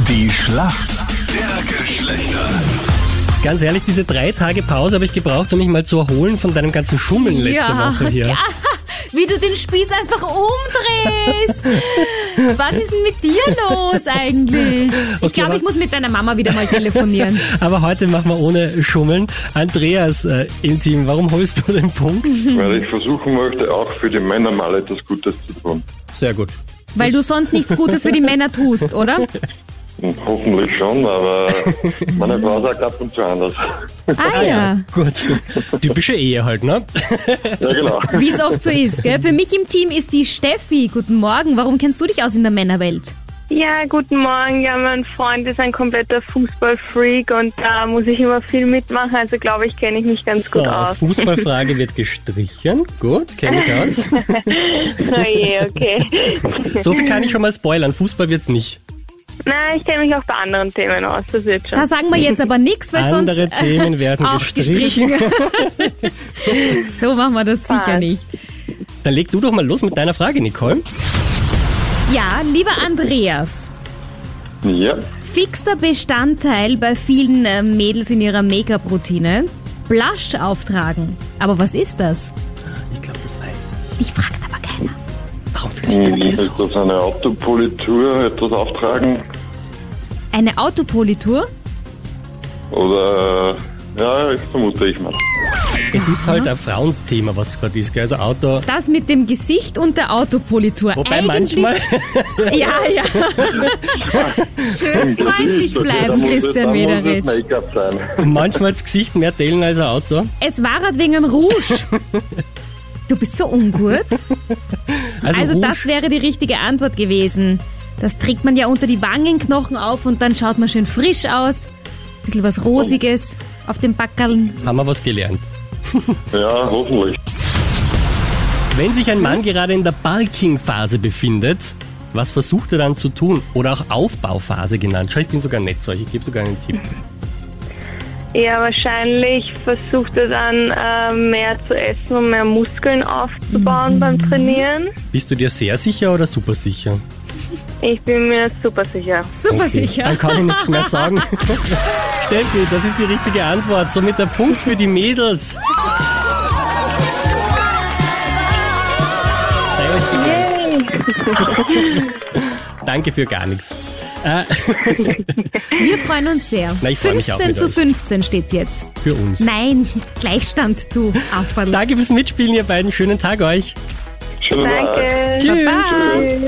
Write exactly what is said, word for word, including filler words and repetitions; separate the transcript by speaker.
Speaker 1: Die Schlacht der Geschlechter.
Speaker 2: Ganz ehrlich, diese drei Tage Pause habe ich gebraucht, um mich mal zu erholen von deinem ganzen Schummeln letzte
Speaker 3: ja,
Speaker 2: Woche hier.
Speaker 3: Ja, wie du den Spieß einfach umdrehst. Was ist denn mit dir los eigentlich? Ich
Speaker 2: Okay,
Speaker 3: glaube, ich muss mit deiner Mama wieder mal telefonieren.
Speaker 2: Aber heute machen wir ohne Schummeln. Andreas äh, im Team, warum holst du den Punkt?
Speaker 4: Weil ich versuchen möchte, auch für die Männer mal etwas Gutes zu tun.
Speaker 2: Sehr gut.
Speaker 3: Weil du sonst nichts Gutes für die Männer tust, oder?
Speaker 4: Und hoffentlich schon, aber meine Frau sagt ab und zu anders.
Speaker 3: Ah ja,
Speaker 2: Gut. Typische Ehe halt, ne?
Speaker 4: Ja, genau.
Speaker 3: wie es oft so ist. Gell? Für mich im Team ist die Steffi. Guten Morgen. Warum kennst du dich aus in der Männerwelt?
Speaker 5: Ja, guten Morgen. Ja, mein Freund ist ein kompletter Fußballfreak und da muss ich immer viel mitmachen, also glaube ich, kenne ich mich ganz
Speaker 2: So,
Speaker 5: gut aus.
Speaker 2: Fußballfrage wird gestrichen. Gut, kenne ich aus.
Speaker 5: Oh je, okay.
Speaker 2: So viel kann ich schon mal spoilern. Fußball wird's nicht.
Speaker 5: Na, ich kenne mich auch bei anderen Themen aus, das wird schon.
Speaker 3: Da sagen wir jetzt aber nichts, weil
Speaker 2: Andere
Speaker 3: sonst
Speaker 2: Themen werden
Speaker 3: auch
Speaker 2: gestrichen.
Speaker 3: So machen wir das sicher
Speaker 5: Passt.
Speaker 3: nicht.
Speaker 2: Dann leg du doch mal los mit deiner Frage, Nicole.
Speaker 3: Ja, lieber Andreas,
Speaker 4: Ja,
Speaker 3: fixer Bestandteil bei vielen äh, Mädels in ihrer Make-up-Routine, Blush auftragen. Aber was ist das?
Speaker 2: Ich glaube, das weiß ich.
Speaker 3: Ich fragt aber keiner.
Speaker 2: Warum flüstern wir
Speaker 4: ist
Speaker 2: so?
Speaker 4: das eine Autopolitur, etwas auftragen?
Speaker 3: Eine Autopolitur?
Speaker 4: Oder, ja, ich vermute ich mal.
Speaker 2: Es ist halt ein Frauenthema, was gerade ist, gell? Also Auto.
Speaker 3: Das mit dem Gesicht und der Autopolitur.
Speaker 2: Wobei
Speaker 3: Eigentlich,
Speaker 2: manchmal,
Speaker 3: Ja, ja. Schön freundlich
Speaker 4: Da
Speaker 3: bleiben,
Speaker 4: muss es-
Speaker 3: Christian
Speaker 4: da muss
Speaker 3: Mederitsch.
Speaker 4: es Make-up sein.
Speaker 2: manchmal das Gesicht mehr teilen als ein Auto.
Speaker 3: Es war halt wegen einem Rouge. Du bist so ungut.
Speaker 2: Also,
Speaker 3: Also
Speaker 2: Rouge,
Speaker 3: das wäre die richtige Antwort gewesen. Das trägt man ja unter die Wangenknochen auf und dann schaut man schön frisch aus. Bisschen was Rosiges auf den Backerln.
Speaker 2: haben wir was gelernt.
Speaker 4: Ja, hoffentlich.
Speaker 2: Wenn sich ein Mann gerade in der Bulking-Phase befindet, was versucht er dann zu tun? Oder auch Aufbauphase genannt. Schau, ich bin sogar nett solch, ich gebe sogar einen Tipp.
Speaker 5: Ja, wahrscheinlich versucht er dann äh, mehr zu essen, um mehr Muskeln aufzubauen beim Trainieren.
Speaker 2: Bist du dir sehr sicher oder super sicher?
Speaker 5: Ich bin mir super sicher.
Speaker 3: Super
Speaker 2: Okay,
Speaker 3: sicher.
Speaker 2: Dann kann ich nichts mehr sagen. Steffi, das ist die richtige Antwort. Somit der Punkt für die Mädels. Sei euch gegönnt. Danke für gar nichts. Äh,
Speaker 3: Wir freuen uns sehr.
Speaker 2: Na, ich freu mich auch
Speaker 3: fünfzehn
Speaker 2: mit
Speaker 3: zu
Speaker 2: euch.
Speaker 3: fünfzehn steht's jetzt.
Speaker 2: für uns.
Speaker 3: Nein, Gleichstand, du Aufwand.
Speaker 2: Danke fürs Mitspielen, ihr beiden. Schönen Tag euch.
Speaker 4: Schönen Tag.
Speaker 5: Danke.
Speaker 2: Tschüss.
Speaker 3: Baba.